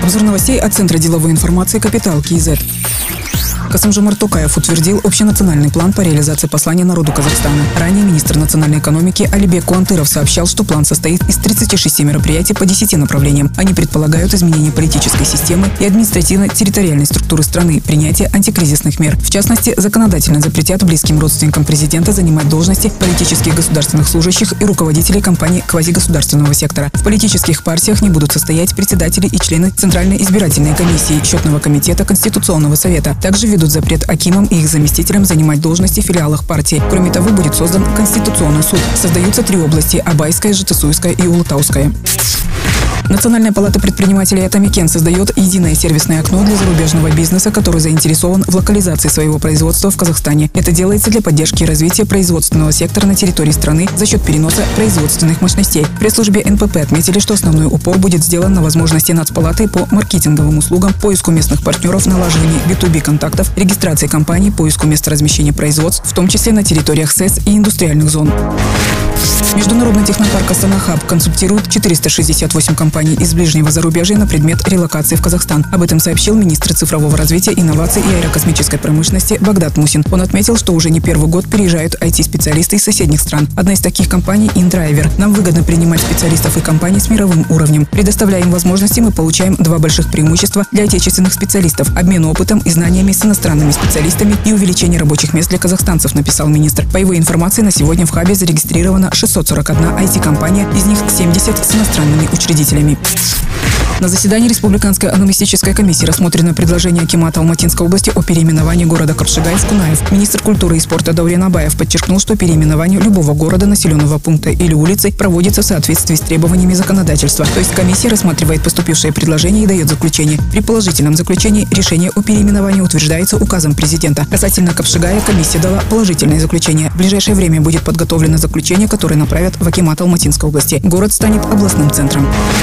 Обзор новостей от Центра деловой информации «Капитал КИЗ». Касым-Жомарт Токаев утвердил общенациональный план по реализации послания народу Казахстана. Ранее министр национальной экономики Алибек Куантыров сообщал, что план состоит из 36 мероприятий по 10 направлениям. Они предполагают изменение политической системы и административно-территориальной структуры страны, принятие антикризисных мер. В частности, законодательно запретят близким родственникам президента занимать должности политических государственных служащих и руководителей компаний квазигосударственного сектора. В политических партиях не будут состоять председатели и члены Центральной избирательной комиссии, Счетного комитета Конституционного совета. Также введут запрет акимам и их заместителям занимать должности в филиалах партии. Кроме того, будет создан Конституционный суд. Создаются 3 области – Абайская, Жетысуйская и Улутауская. Национальная палата предпринимателей Атамекен создает единое сервисное окно для зарубежного бизнеса, который заинтересован в локализации своего производства в Казахстане. Это делается для поддержки и развития производственного сектора на территории страны за счет переноса производственных мощностей. В пресс-службе НПП отметили, что основной упор будет сделан на возможности нацпалаты по маркетинговым услугам, поиску местных партнеров, налаживанию B2B контактов, регистрации компаний, поиску места размещения производств, в том числе на территориях СЭС и индустриальных зон. Международный технопарк Астана Хаб консультирует 468 компаний из ближнего зарубежья на предмет релокации в Казахстан. Об этом сообщил министр цифрового развития, инноваций и аэрокосмической промышленности Багдат Мусин. Он отметил, что уже не первый год переезжают IT-специалисты из соседних стран. Одна из таких компаний – InDriver. Нам выгодно принимать специалистов и компаний с мировым уровнем. Предоставляя им возможности, мы получаем 2 больших преимущества для отечественных специалистов – обмен опытом и знаниями с иностранными специалистами и увеличение рабочих мест для казахстанцев, написал министр. По его информации, на сегодня в Хабе зарегистрировано 641 IT-компания, из них 70 с иностранными учредителями. На заседании Республиканской аномистической комиссии рассмотрено предложение акимата Алматинской области о переименовании города Капшигай в Кунаев. Министр культуры и спорта Даурен Абаев подчеркнул, что переименование любого города, населенного пункта или улицы проводится в соответствии с требованиями законодательства. То есть комиссия рассматривает поступившее предложение и дает заключение. При положительном заключении решение о переименовании утверждается указом президента. Касательно Капшигая комиссия дала положительное заключение. В ближайшее время будет подготовлено заключение, которое направят в акимат Алматинской области. Город станет областным центром.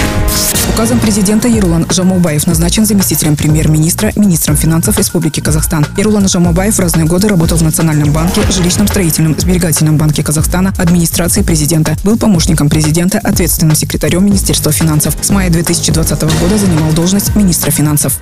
Указом президента Ерулан Жамаубаев назначен заместителем премьер-министра, министром финансов Республики Казахстан. Ерулан Жамаубаев в разные годы работал в Национальном банке, Жилищном строительном сберегательном банке Казахстана, администрации президента. Был помощником президента, ответственным секретарем Министерства финансов. С мая 2020 года занимал должность министра финансов.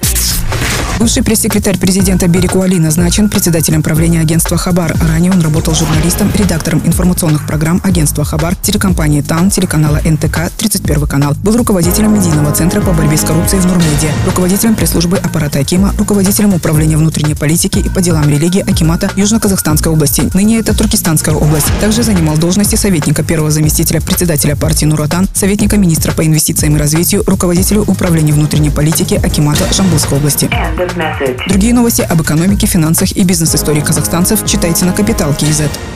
Бывший пресс-секретарь президента Берику Али назначен председателем правления агентства «Хабар». Ранее он работал журналистом, редактором информационных программ агентства «Хабар», телекомпании ТАН, телеканала НТК, 31 канал. Был руководителем медийного центра по борьбе с коррупцией в Нурмедиа, руководителем пресс-службы аппарата акима, руководителем управления внутренней политики и по делам религии акимата Южно-Казахстанской области. Ныне это Туркестанская область. Также занимал должности советника первого заместителя председателя партии Нур-Отан, советника министра по инвестициям и развитию, руководителю управления внутренней политики акимата Жамбылской области. Другие новости об экономике, финансах и бизнес-истории казахстанцев читайте на Капитал КИЗ.